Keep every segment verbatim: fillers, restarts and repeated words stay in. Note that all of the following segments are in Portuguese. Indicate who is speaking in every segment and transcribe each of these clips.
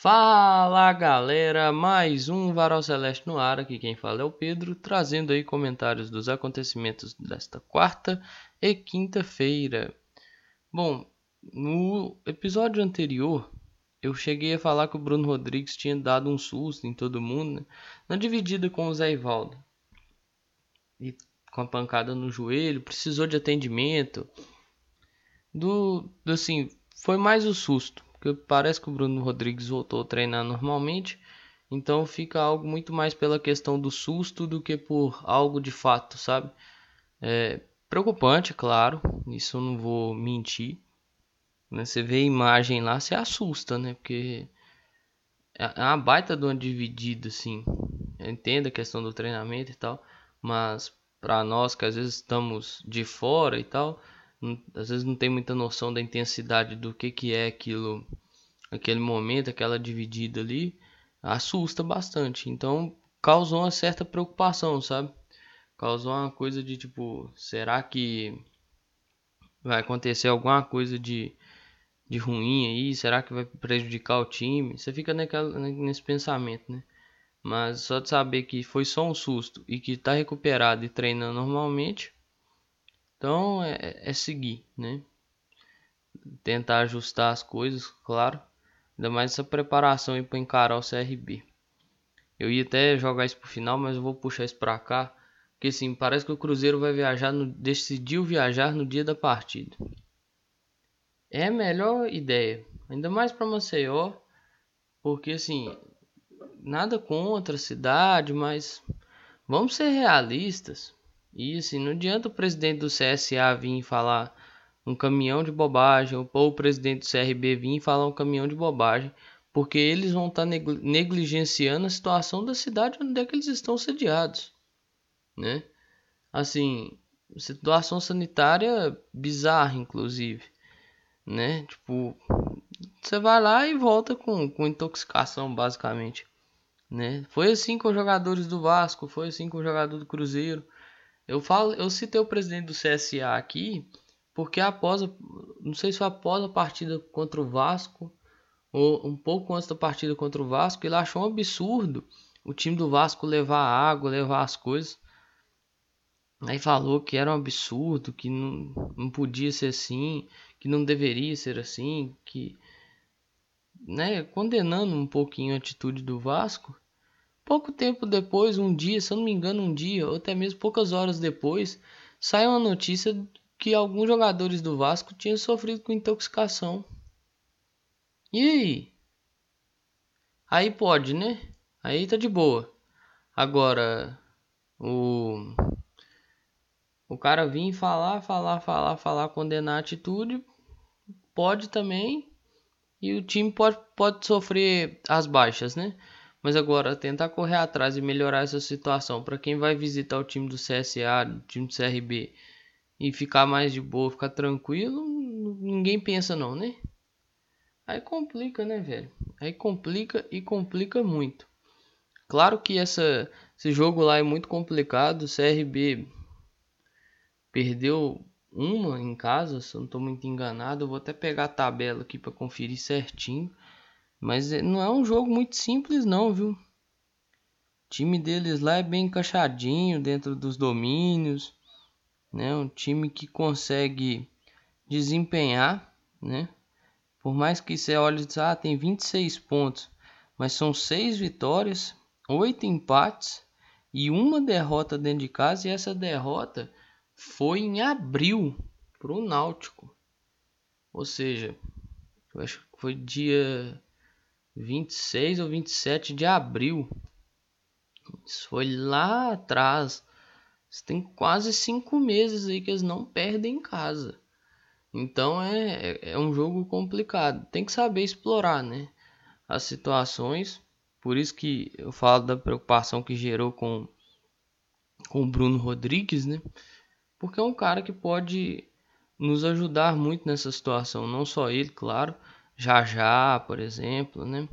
Speaker 1: Fala galera, mais um Varal Celeste no ar, aqui quem fala é o Pedro, trazendo aí comentários dos acontecimentos desta quarta e quinta-feira. Bom, no episódio anterior eu cheguei a falar que o Bruno Rodrigues tinha dado um susto em todo mundo, né? Na dividida com o Zé Ivaldo, e com a pancada no joelho, precisou de atendimento, do, do assim, foi mais o susto, porque parece que o Bruno Rodrigues voltou a treinar normalmente, então fica algo muito mais pela questão do susto do que por algo de fato, sabe? É preocupante, claro, isso eu não vou mentir, né? Você vê a imagem lá, você assusta, né? Porque é uma baita de uma dividida, assim. Eu entendo a questão do treinamento e tal, mas para nós que às vezes estamos de fora e tal, às vezes não tem muita noção da intensidade do que que é aquilo, aquele momento, aquela dividida ali, assusta bastante. Então causou uma certa preocupação, sabe? Causou uma coisa de tipo, será que vai acontecer alguma coisa de, de ruim aí? Será que vai prejudicar o time? Você fica naquela, nesse pensamento, né? Mas só de saber que foi só um susto e que tá recuperado e treinando normalmente, então é, é seguir, né? Tentar ajustar as coisas, claro. Ainda mais essa preparação aí para encarar o C R B. Eu ia até jogar isso pro final, mas eu vou puxar isso pra cá. Porque assim, parece que o Cruzeiro vai viajar, no, decidiu viajar no dia da partida. É a melhor ideia. Ainda mais para Maceió. Porque assim, nada contra a cidade, mas vamos ser realistas. E assim, não adianta o presidente do C S A vir falar um caminhão de bobagem, ou o presidente do C R B vir falar um caminhão de bobagem, porque eles vão estar negligenciando a situação da cidade onde é que eles estão sediados, né? Assim, situação sanitária bizarra, inclusive, né? Tipo, você vai lá e volta com, com intoxicação, basicamente, né? Foi assim com os jogadores do Vasco, foi assim com o jogador do Cruzeiro. Eu falo, eu citei o presidente do C S A aqui, porque após, a- não sei se foi após a partida contra o Vasco ou um pouco antes da partida contra o Vasco, ele achou um absurdo o time do Vasco levar água, levar as coisas. Aí falou que era um absurdo, que não, não podia ser assim, que não deveria ser assim, que, né, condenando um pouquinho a atitude do Vasco. Pouco tempo depois, um dia, se eu não me engano, um dia, ou até mesmo poucas horas depois, sai uma notícia que alguns jogadores do Vasco tinham sofrido com intoxicação. E aí? Aí pode, né? Aí tá de boa. Agora, o, o cara vir falar, falar, falar, falar, condenar a atitude, pode também. E o time pode, pode sofrer as baixas, né? Mas agora, tentar correr atrás e melhorar essa situação para quem vai visitar o time do C S A, o time do C R B e ficar mais de boa, ficar tranquilo, ninguém pensa não, né? Aí complica, né, velho? Aí complica e complica muito. Claro que essa, esse jogo lá é muito complicado. O C R B perdeu uma em casa, se eu não estou muito enganado. Eu vou até pegar a tabela aqui para conferir certinho. Mas não é um jogo muito simples não, viu? O time deles lá é bem encaixadinho dentro dos domínios, né? Um time que consegue desempenhar, né? Por mais que você olhe e diga, ah, tem vinte e seis pontos, mas são seis vitórias, oito empates e uma derrota dentro de casa, e essa derrota foi em abril para o Náutico. Ou seja, eu acho que foi dia vinte e seis ou vinte e sete de abril. Isso foi lá atrás. Tem quase cinco meses aí que eles não perdem em casa. Então é, é é um jogo complicado. Tem que saber explorar, né, as situações. Por isso que eu falo da preocupação que gerou com, com o Bruno Rodrigues, né? Porque é um cara que pode nos ajudar muito nessa situação. Não só ele, claro. Já já, por exemplo, né?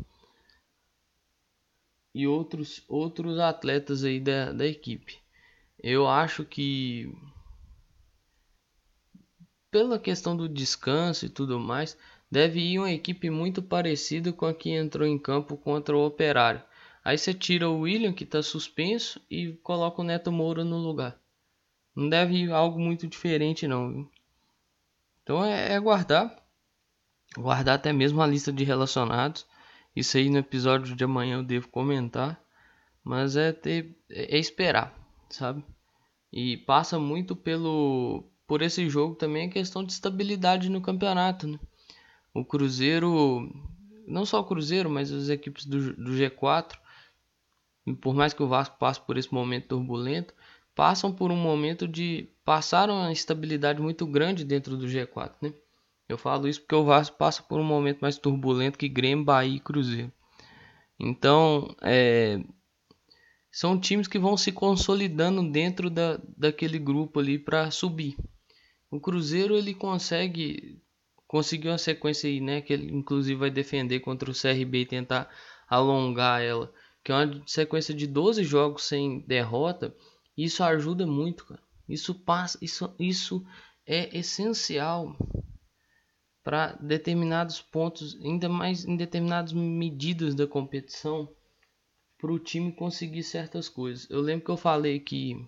Speaker 1: E outros, outros atletas aí da, da equipe. Eu acho que pela questão do descanso e tudo mais, deve ir uma equipe muito parecida com a que entrou em campo contra o Operário. Aí você tira o William, que está suspenso, e coloca o Neto Moura no lugar. Não deve ir algo muito diferente não, viu? Então é, é guardar, guardar até mesmo a lista de relacionados. Isso aí no episódio de amanhã eu devo comentar, mas é ter, é esperar, sabe? E passa muito pelo por esse jogo também a questão de estabilidade no campeonato, né? O Cruzeiro, não só o Cruzeiro, mas as equipes do, do G quatro, por mais que o Vasco passe por esse momento turbulento, passam por um momento de passaram uma estabilidade muito grande dentro do G quatro, né? Eu falo isso porque o Vasco passa por um momento mais turbulento que Grêmio, Bahia e Cruzeiro. Então, é, são times que vão se consolidando dentro da, daquele grupo ali para subir. O Cruzeiro ele consegue conseguir uma sequência aí, né, que ele inclusive vai defender contra o C R B e tentar alongar ela, que é uma sequência de doze jogos sem derrota. Isso ajuda muito, cara. Isso passa, isso, isso é essencial para determinados pontos, ainda mais em determinadas medidas da competição, para o time conseguir certas coisas. Eu lembro que eu falei que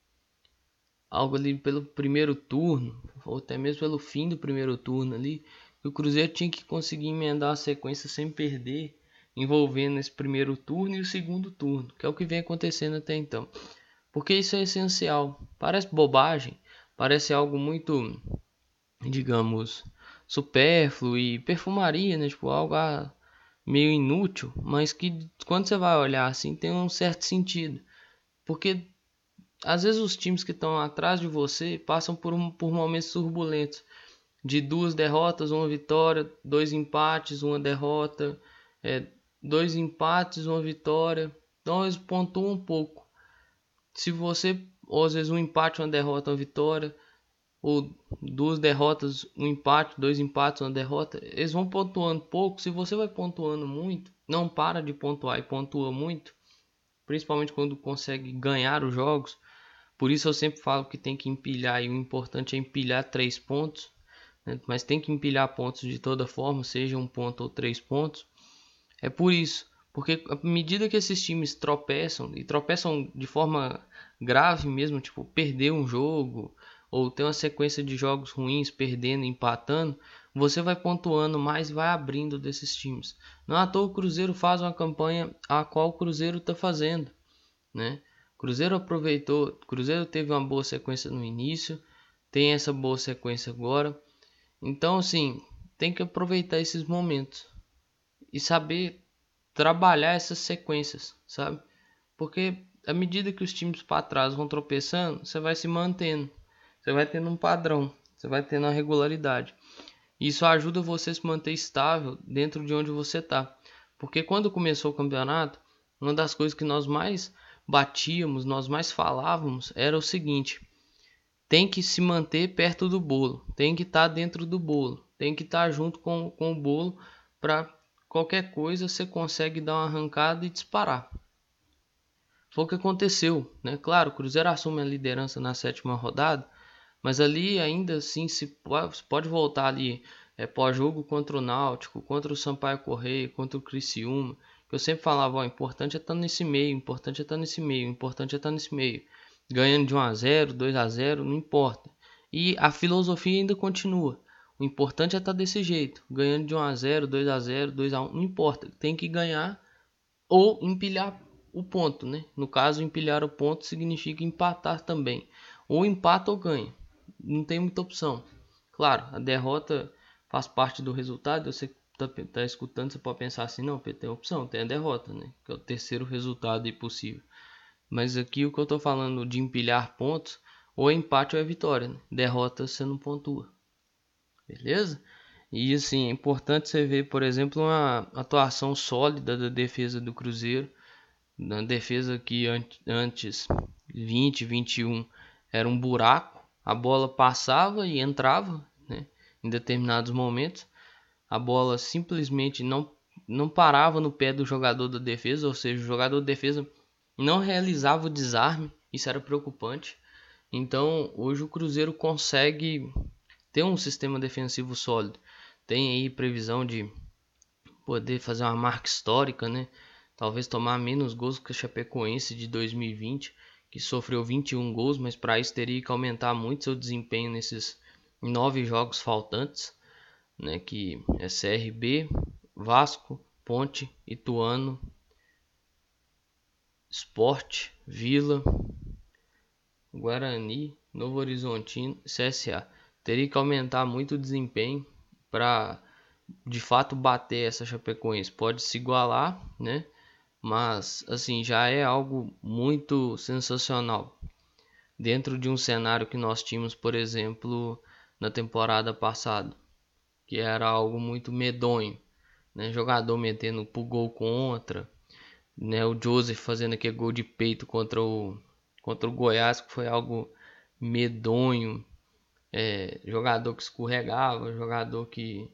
Speaker 1: algo ali pelo primeiro turno, ou até mesmo pelo fim do primeiro turno ali, que o Cruzeiro tinha que conseguir emendar a sequência sem perder, envolvendo esse primeiro turno e o segundo turno, que é o que vem acontecendo até então. Porque isso é essencial. Parece bobagem, parece algo muito, digamos, supérfluo e perfumaria, né? Tipo, algo meio inútil, mas que quando você vai olhar assim tem um certo sentido. Porque às vezes os times que estão atrás de você passam por, um, por momentos turbulentos. De duas derrotas, uma vitória, dois empates, uma derrota, é, dois empates, uma vitória. Então eles pontuam um pouco. Se você, ou às vezes um empate, uma derrota, uma vitória, ou duas derrotas, um empate, dois empates, uma derrota, eles vão pontuando pouco. Se você vai pontuando muito, não para de pontuar e pontua muito, principalmente quando consegue ganhar os jogos. Por isso eu sempre falo que tem que empilhar, e o importante é empilhar três pontos, né? Mas tem que empilhar pontos de toda forma, seja um ponto ou três pontos. É por isso, porque à medida que esses times tropeçam, e tropeçam de forma grave mesmo, tipo perder um jogo, ou ter uma sequência de jogos ruins, perdendo, empatando, você vai pontuando mais e vai abrindo desses times. Não à toa o Cruzeiro faz uma campanha a qual o Cruzeiro está fazendo, né? Cruzeiro aproveitou, Cruzeiro teve uma boa sequência no início, tem essa boa sequência agora. Então, assim, tem que aproveitar esses momentos e saber trabalhar essas sequências, sabe? Porque à medida que os times para trás vão tropeçando, você vai se mantendo, você vai tendo um padrão, você vai tendo uma regularidade. Isso ajuda você a se manter estável dentro de onde você está. Porque quando começou o campeonato, uma das coisas que nós mais batíamos, nós mais falávamos, era o seguinte: tem que se manter perto do bolo, tem que estar dentro do bolo, tem que estar junto com, com o bolo, para qualquer coisa você consegue dar uma arrancada e disparar. Foi o que aconteceu, né? Claro, o Cruzeiro assume a liderança na sétima rodada, mas ali ainda assim se pode, pode voltar ali é, pós-jogo contra o Náutico, contra o Sampaio Corrêa, contra o Criciúma, que eu sempre falava, ó, o importante é estar nesse meio, o importante é estar nesse meio, o importante é estar nesse meio. Ganhando de um a zero, dois a zero, não importa. E a filosofia ainda continua. O importante é estar desse jeito, ganhando de um a zero, dois a zero, dois a um, não importa. Tem que ganhar ou empilhar o ponto, né? No caso, empilhar o ponto significa empatar também. Ou empata ou ganha. Não tem muita opção. Claro, a derrota faz parte do resultado. Você tá, tá escutando, você pode pensar assim, não, tem opção, tem a derrota, né? Que é o terceiro resultado possível. Mas aqui o que eu estou falando de empilhar pontos, ou é empate ou é vitória, né? Derrota você não pontua. Beleza? E assim, é importante você ver, por exemplo, uma atuação sólida da defesa do Cruzeiro. Na defesa que antes vinte, vinte e um era um buraco, a bola passava e entrava, né, em determinados momentos. A bola simplesmente não, não parava no pé do jogador da defesa, ou seja, o jogador da defesa não realizava o desarme, isso era preocupante. Então hoje o Cruzeiro consegue ter um sistema defensivo sólido. Tem aí previsão de poder fazer uma marca histórica, né? Talvez tomar menos gols que a Chapecoense de dois mil e vinte, que sofreu vinte e um gols, mas para isso teria que aumentar muito seu desempenho nesses nove jogos faltantes, né? Que é C R B, Vasco, Ponte, Ituano, Sport, Vila, Guarani, Novo Horizontino, C S A. Teria que aumentar muito o desempenho para de fato bater essa Chapecoense. Pode se igualar, né? Mas assim, já é algo muito sensacional dentro de um cenário que nós tínhamos, por exemplo, na temporada passada, que era algo muito medonho, né? Jogador metendo pro gol contra, né? O Joseph fazendo aquele gol de peito contra o contra o Goiás, que foi algo medonho. É, jogador que escorregava, jogador que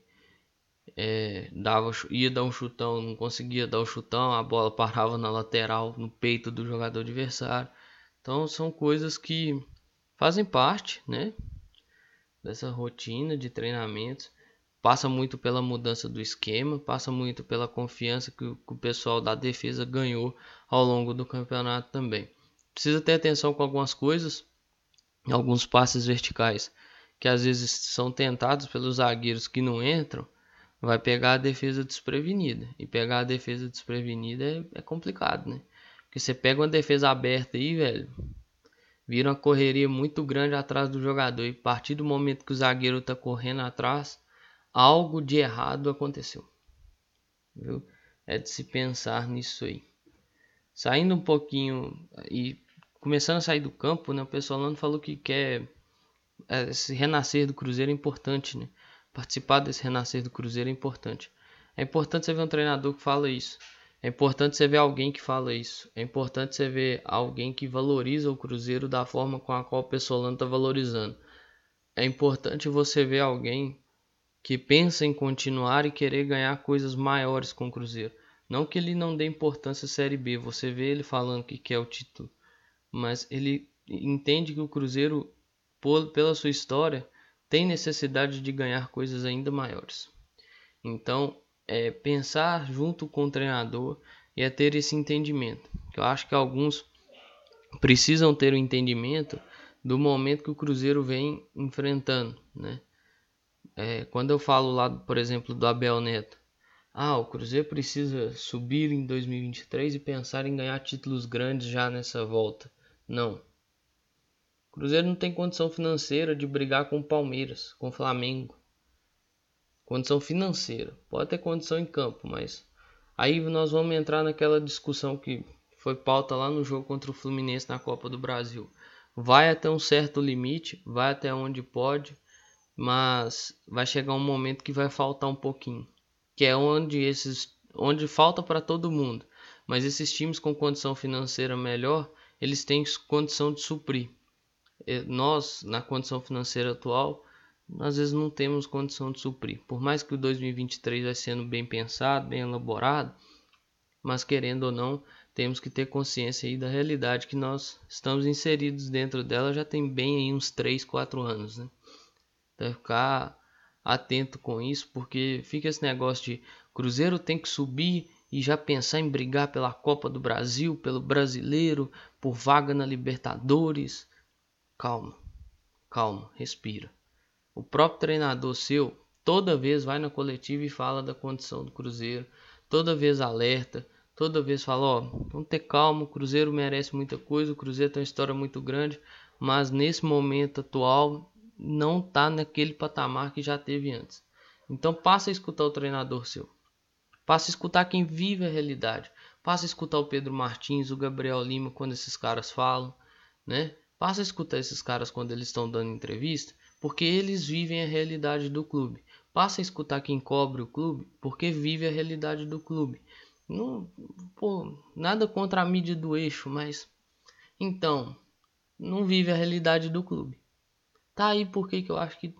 Speaker 1: é, dava, ia dar um chutão, não conseguia dar o chutão, a bola parava na lateral, no peito do jogador adversário. Então são coisas que fazem parte, né, dessa rotina de treinamentos. Passa muito pela mudança do esquema, passa muito pela confiança que o, que o pessoal da defesa ganhou ao longo do campeonato também. Precisa ter atenção com algumas coisas, alguns passes verticais que às vezes são tentados pelos zagueiros que não entram, vai pegar a defesa desprevenida. E pegar a defesa desprevenida é, é complicado, né? Porque você pega uma defesa aberta aí, velho, vira uma correria muito grande atrás do jogador. E a partir do momento que o zagueiro tá correndo atrás, algo de errado aconteceu. Viu? É de se pensar nisso aí. Saindo um pouquinho e começando a sair do campo, né? O pessoal lá falou que quer esse renascer do Cruzeiro é importante, né? Participar desse renascer do Cruzeiro é importante. É importante você ver um treinador que fala isso. É importante você ver alguém que fala isso. É importante você ver alguém que valoriza o Cruzeiro da forma com a qual o Pessolano está valorizando. É importante você ver alguém que pensa em continuar e querer ganhar coisas maiores com o Cruzeiro. Não que ele não dê importância à Série B. Você vê ele falando que quer o título. Mas ele entende que o Cruzeiro, pela sua história, tem necessidade de ganhar coisas ainda maiores. Então, é pensar junto com o treinador e é ter esse entendimento. Eu acho que alguns precisam ter o entendimento do momento que o Cruzeiro vem enfrentando, né? É, quando eu falo lá, por exemplo, do Abel Neto, ah, o Cruzeiro precisa subir em dois mil e vinte e três e pensar em ganhar títulos grandes já nessa volta. Não. O Cruzeiro não tem condição financeira de brigar com o Palmeiras, com o Flamengo. Condição financeira. Pode ter condição em campo, mas aí nós vamos entrar naquela discussão que foi pauta lá no jogo contra o Fluminense na Copa do Brasil. Vai até um certo limite, vai até onde pode, mas vai chegar um momento que vai faltar um pouquinho, que é onde esses onde falta para todo mundo. Mas esses times com condição financeira melhor, eles têm condição de suprir. Nós, na condição financeira atual, às vezes não temos condição de suprir. Por mais que o dois mil e vinte e três vai sendo bem pensado, bem elaborado, mas querendo ou não, temos que ter consciência aí da realidade que nós estamos inseridos dentro dela já tem bem aí uns três, quatro anos, né? Então ficar atento com isso, porque fica esse negócio de Cruzeiro tem que subir e já pensar em brigar pela Copa do Brasil, pelo Brasileiro, por vaga na Libertadores. Calma, calma, respira. O próprio treinador seu toda vez vai na coletiva e fala da condição do Cruzeiro, toda vez alerta, toda vez fala, ó, vamos ter calma, o Cruzeiro merece muita coisa, o Cruzeiro tem uma história muito grande, mas nesse momento atual não está naquele patamar que já teve antes. Então passa a escutar o treinador seu, passa a escutar quem vive a realidade, passa a escutar o Pedro Martins, o Gabriel Lima quando esses caras falam, né? Passa a escutar esses caras quando eles estão dando entrevista, porque eles vivem a realidade do clube. Passa a escutar quem cobre o clube, porque vive a realidade do clube. Não, pô, nada contra a mídia do eixo, mas então, não vive a realidade do clube. Tá aí porque que eu acho que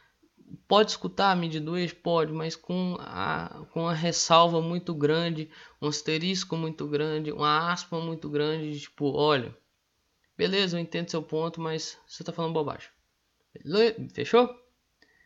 Speaker 1: pode escutar a mídia do eixo? Pode, mas com a, com uma ressalva muito grande, um asterisco muito grande, uma aspa muito grande, de, tipo, olha, beleza, eu entendo seu ponto, mas você tá falando bobagem. Fechou?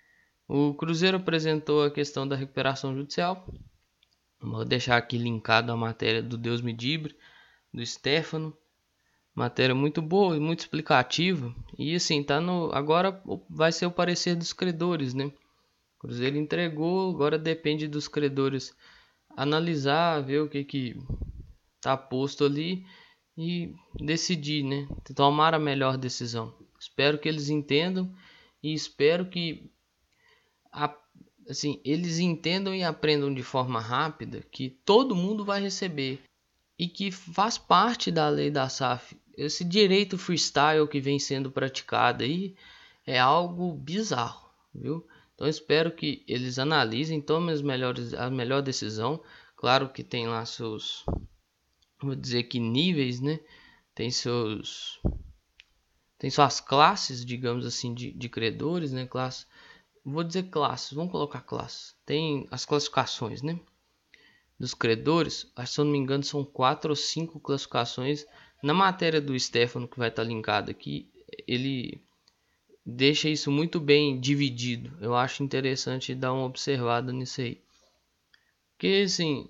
Speaker 1: O Cruzeiro apresentou a questão da recuperação judicial. Vou deixar aqui linkado a matéria do Deus me livre, do Stefano. Matéria muito boa e muito explicativa. E assim, tá no, agora vai ser o parecer dos credores, né? O Cruzeiro entregou, agora depende dos credores analisar, ver o que que tá posto ali e decidir, né? Tomar a melhor decisão. Espero que eles entendam e espero que a, assim, eles entendam e aprendam de forma rápida que todo mundo vai receber e que faz parte da lei da S A F. Esse direito freestyle que vem sendo praticado aí é algo bizarro, viu? Então espero que eles analisem, tomem as melhores, a melhor decisão. Claro que tem lá seus, vou dizer que níveis, né? Tem seus, tem suas classes, digamos assim, de, de credores, né? Classe, vou dizer classes, vamos colocar classes. Tem as classificações, né? Dos credores, se eu não me engano, são quatro ou cinco classificações. Na matéria do Stefano, que vai estar linkado aqui, ele deixa isso muito bem dividido. Eu acho interessante dar uma observada nisso aí. Porque, assim,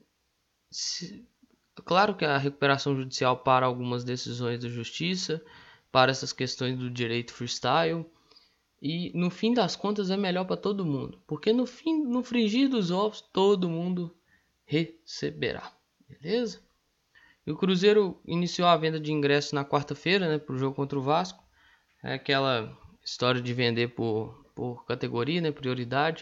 Speaker 1: se, claro que a recuperação judicial para algumas decisões da justiça, para essas questões do direito freestyle, e no fim das contas é melhor para todo mundo. Porque no fim, no frigir dos ovos, todo mundo receberá, beleza? E o Cruzeiro iniciou a venda de ingressos na quarta-feira, né, para o jogo contra o Vasco. É aquela história de vender por, por categoria, né, prioridade.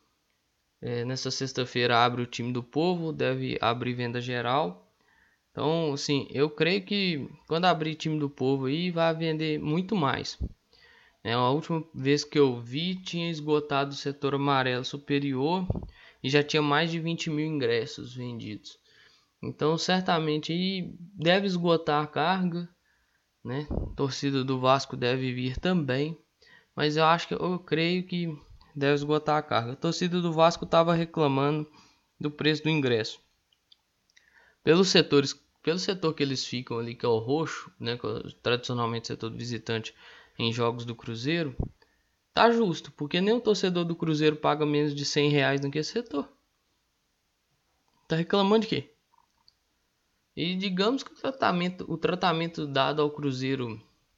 Speaker 1: É, nessa sexta-feira abre o time do povo, deve abrir venda geral. Então, assim, eu creio que quando abrir time do povo aí vai vender muito mais. É, a última vez que eu vi tinha esgotado o setor amarelo superior e já tinha mais de vinte mil ingressos vendidos. Então certamente aí deve esgotar a carga, né? A torcida do Vasco deve vir também, mas eu acho que eu creio que deve esgotar a carga. A torcida do Vasco estava reclamando do preço do ingresso. Pelos setores, pelo setor que eles ficam ali, que é o roxo, né? Que é tradicionalmente setor do visitante em jogos do Cruzeiro, tá justo, porque nem o torcedor do Cruzeiro paga menos de cem reais naquele setor. Tá reclamando de quê? E digamos que o tratamento, o tratamento dado ao Cruzeiro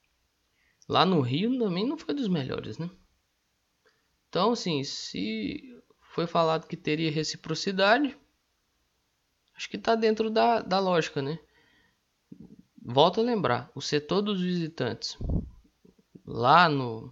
Speaker 1: lá no Rio também não foi dos melhores, né? Então, assim, se foi falado que teria reciprocidade, acho que tá dentro da, da lógica, né? Volto a lembrar, o setor dos visitantes lá no,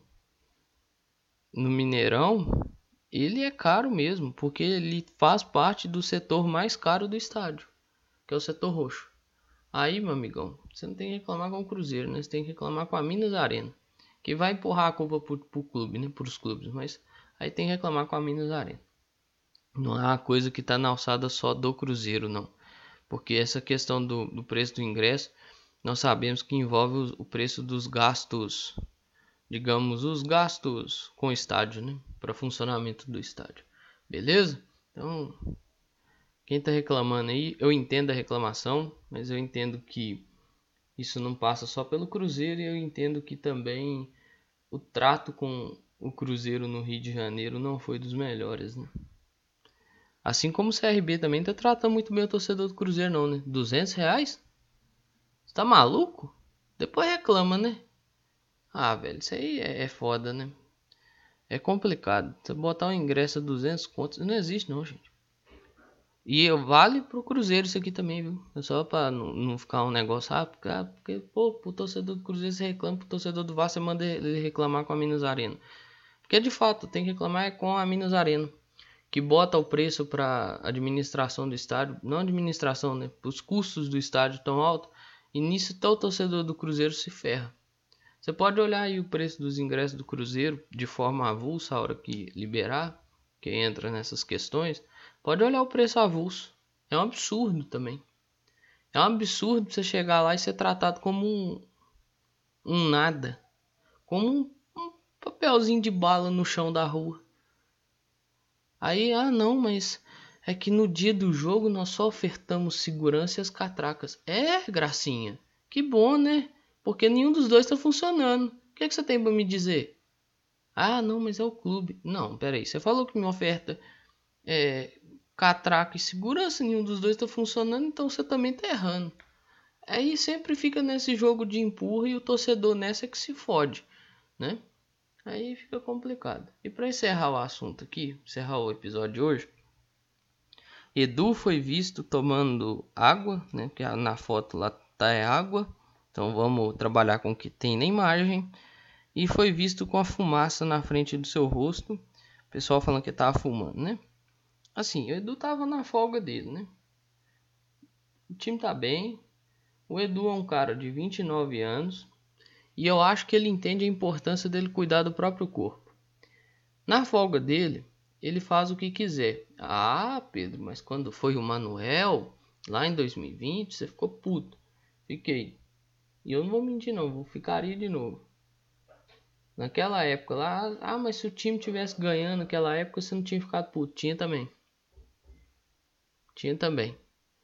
Speaker 1: no Mineirão, ele é caro mesmo, porque ele faz parte do setor mais caro do estádio, que é o setor roxo. Aí, meu amigão, você não tem que reclamar com o Cruzeiro, né? Você tem que reclamar com a Minas Arena, que vai empurrar a culpa pro, pro clube, né? Pros clubes, mas aí tem que reclamar com a Minas Arena. Não é uma coisa que tá na alçada só do Cruzeiro, não. Porque essa questão do, do preço do ingresso, nós sabemos que envolve o, o preço dos gastos, digamos, os gastos com o estádio, né? Para funcionamento do estádio. Beleza? Então, quem tá reclamando aí, eu entendo a reclamação, mas eu entendo que isso não passa só pelo Cruzeiro e eu entendo que também o trato com o Cruzeiro no Rio de Janeiro não foi dos melhores, né? Assim como o C R B também tá tratando muito bem o torcedor do Cruzeiro não, né? duzentos reais? Você tá maluco? Depois reclama, né? Ah, velho, isso aí é, é foda, né? É complicado. Você botar um ingresso a duzentos contos, não existe não, gente. E vale pro Cruzeiro isso aqui também, viu? É só pra não, não ficar um negócio, ah, porque, ah, porque pô, pro torcedor do Cruzeiro você reclama, pro torcedor do Vasco você manda ele reclamar com a Minas Arena. Porque de fato, tem que reclamar com a Minas Arena, que bota o preço pra administração do estádio, não administração, né? Os custos do estádio tão alto, e nisso todo torcedor do Cruzeiro se ferra. Você pode olhar aí o preço dos ingressos do Cruzeiro de forma avulsa a hora que liberar, que entra nessas questões. Pode olhar o preço avulso. É um absurdo também. É um absurdo você chegar lá e ser tratado como um, um nada. Como um, um papelzinho de bala no chão da rua. Aí, ah não, mas é que no dia do jogo nós só ofertamos segurança e as catracas. É, gracinha. Que bom, né? Porque nenhum dos dois está funcionando. O que, é que você tem para me dizer? Ah, não, mas é o clube. Não, peraí. Você falou que minha oferta é catraca e segurança, nenhum dos dois tá funcionando, então você também tá errando. Aí sempre fica nesse jogo de empurra e o torcedor nessa é que se fode, né? Aí fica complicado. E para encerrar o assunto aqui, encerrar o episódio de hoje, Edu foi visto tomando água, né? Que na foto lá tá é água. Então vamos trabalhar com o que tem na imagem. E foi visto com a fumaça na frente do seu rosto. O pessoal falando que tava fumando, né? Assim, o Edu tava na folga dele, né? O time tá bem. O Edu é um cara de vinte e nove anos. E eu acho que ele entende a importância dele cuidar do próprio corpo. Na folga dele, ele faz o que quiser. Ah, Pedro, mas quando foi o Manuel, lá em dois mil e vinte, você ficou puto. Fiquei. E eu não vou mentir não, vou ficaria de novo. Naquela época lá, ah, mas se o time tivesse ganhando naquela época, você não tinha ficado puto. Tinha também. Tinha também.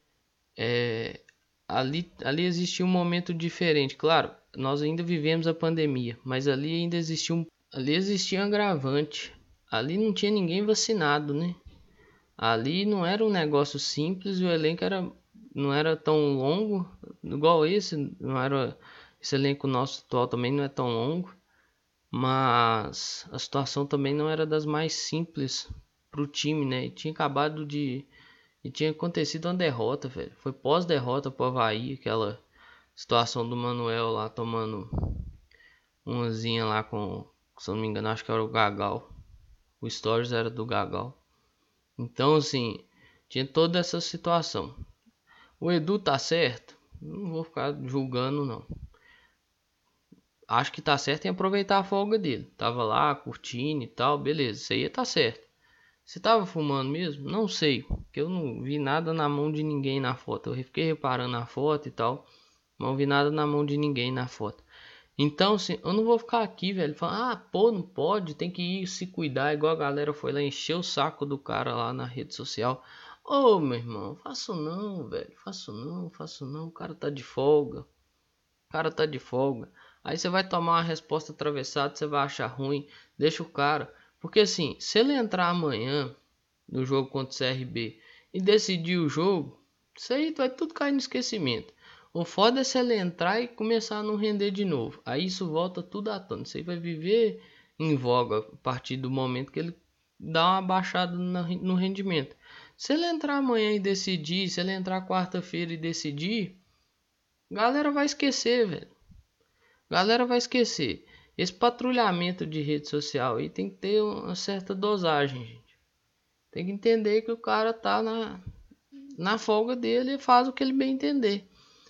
Speaker 1: É, ali, ali existia um momento diferente. Claro, nós ainda vivemos a pandemia, mas ali ainda existia um, ali existia um agravante. Ali não tinha ninguém vacinado, né? Ali não era um negócio simples, o elenco era, não era tão longo, igual esse, não era, esse elenco nosso atual também não é tão longo, mas a situação também não era das mais simples pro time, né? E tinha acabado de, e tinha acontecido uma derrota, velho. Foi pós-derrota pro Avaí, aquela situação do Manuel lá tomando umazinha lá com, se eu não me engano, acho que era o Gagal. O Stories era do Gagal. Então, assim, tinha toda essa situação. O Edu tá certo? Não vou ficar julgando, não. Acho que tá certo em aproveitar a folga dele. Tava lá curtindo e tal, beleza. Isso aí tá certo. Você tava fumando mesmo? Não sei, porque eu não vi nada na mão de ninguém na foto. Eu fiquei reparando na foto e tal, mas não vi nada na mão de ninguém na foto. Então, assim, eu não vou ficar aqui, velho, falando, ah, pô, não pode, tem que ir se cuidar, igual a galera foi lá encher o saco do cara lá na rede social. Ô, oh, meu irmão, faço não, velho, faço não, faço não, o cara tá de folga, o cara tá de folga. Aí você vai tomar uma resposta atravessada, você vai achar ruim, deixa o cara. Porque assim, se ele entrar amanhã no jogo contra o C R B e decidir o jogo, isso aí vai tudo cair no esquecimento. O foda é se ele entrar e começar a não render de novo. Aí isso volta tudo à tona. Isso aí vai viver em voga a partir do momento que ele dá uma baixada no rendimento. Se ele entrar amanhã e decidir, se ele entrar quarta-feira e decidir, galera vai esquecer, velho. Galera vai esquecer. Esse patrulhamento de rede social aí tem que ter uma certa dosagem, gente. Tem que entender que o cara tá na, na folga dele e faz o que ele bem entender.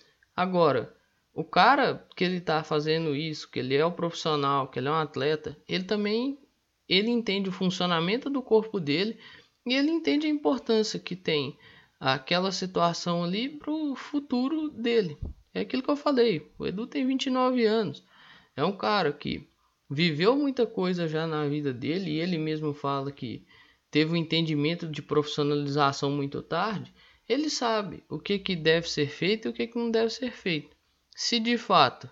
Speaker 1: Agora, o cara que ele tá fazendo isso, que ele é o profissional, que ele é um atleta, ele também ele entende o funcionamento do corpo dele e ele entende a importância que tem aquela situação ali pro futuro dele. É aquilo que eu falei, o Edu tem vinte e nove anos, é um cara que viveu muita coisa já na vida dele e ele mesmo fala que teve um entendimento de profissionalização muito tarde. Ele sabe o que, que deve ser feito e o que, que não deve ser feito. Se de fato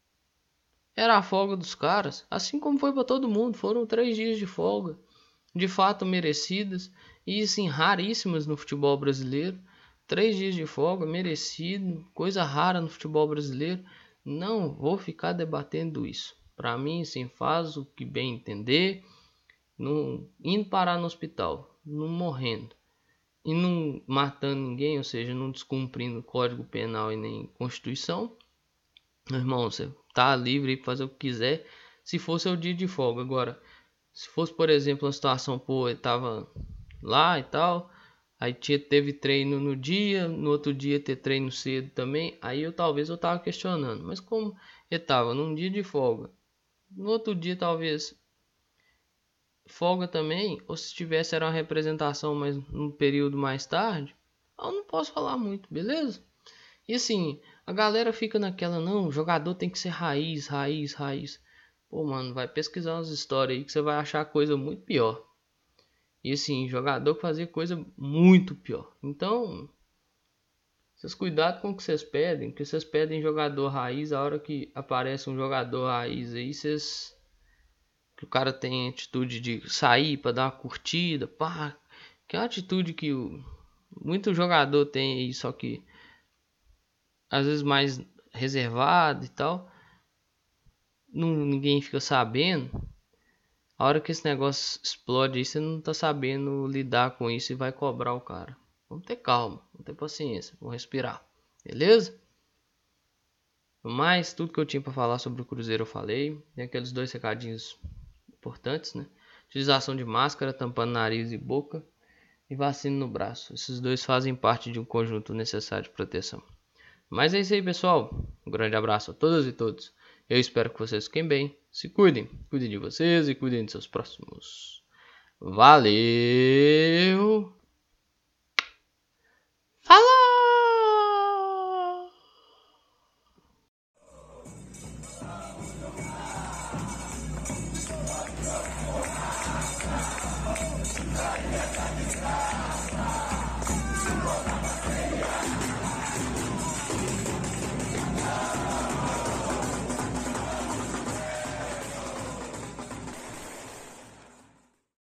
Speaker 1: era a folga dos caras, assim como foi para todo mundo, foram três dias de folga, de fato merecidas e sim raríssimas no futebol brasileiro. Três dias de folga merecido, coisa rara no futebol brasileiro. Não vou ficar debatendo isso. Para mim, sim, faz o que bem entender, não indo parar no hospital, não morrendo e não matando ninguém, ou seja, não descumprindo o Código Penal e nem Constituição, meu irmão, você tá livre para fazer o que quiser, se fosse o dia de folga. Agora, se fosse, por exemplo, uma situação, pô, ele tava lá e tal, aí tinha, teve treino no dia, no outro dia ter treino cedo também, aí eu talvez eu tava questionando, mas como ele tava num dia de folga, no outro dia talvez folga também, ou se tivesse era uma representação, mas num período mais tarde, eu não posso falar muito, beleza? E assim, a galera fica naquela, não, o jogador tem que ser raiz, raiz, raiz. Pô, mano, vai pesquisar umas histórias aí que você vai achar coisa muito pior. E assim, jogador fazer coisa muito pior. Então, vocês cuidado com o que vocês pedem, porque vocês pedem jogador raiz, a hora que aparece um jogador raiz aí, vocês que o cara tem atitude de sair para dar uma curtida, pá, que é uma atitude que o, muito jogador tem aí, só que às vezes mais reservado e tal, não, ninguém fica sabendo. A hora que esse negócio explode aí, você não tá sabendo lidar com isso e vai cobrar o cara. Vamos ter calma, vamos ter paciência, vamos respirar, beleza? Mas tudo que eu tinha para falar sobre o Cruzeiro eu falei. Tem aqueles dois recadinhos importantes, né? Utilização de máscara, tampando nariz e boca, e vacina no braço. Esses dois fazem parte de um conjunto necessário de proteção. Mas é isso aí, pessoal. Um grande abraço a todas e todos. Eu espero que vocês fiquem bem. Se cuidem. Cuidem de vocês e cuidem de seus próximos. Valeu! Falou!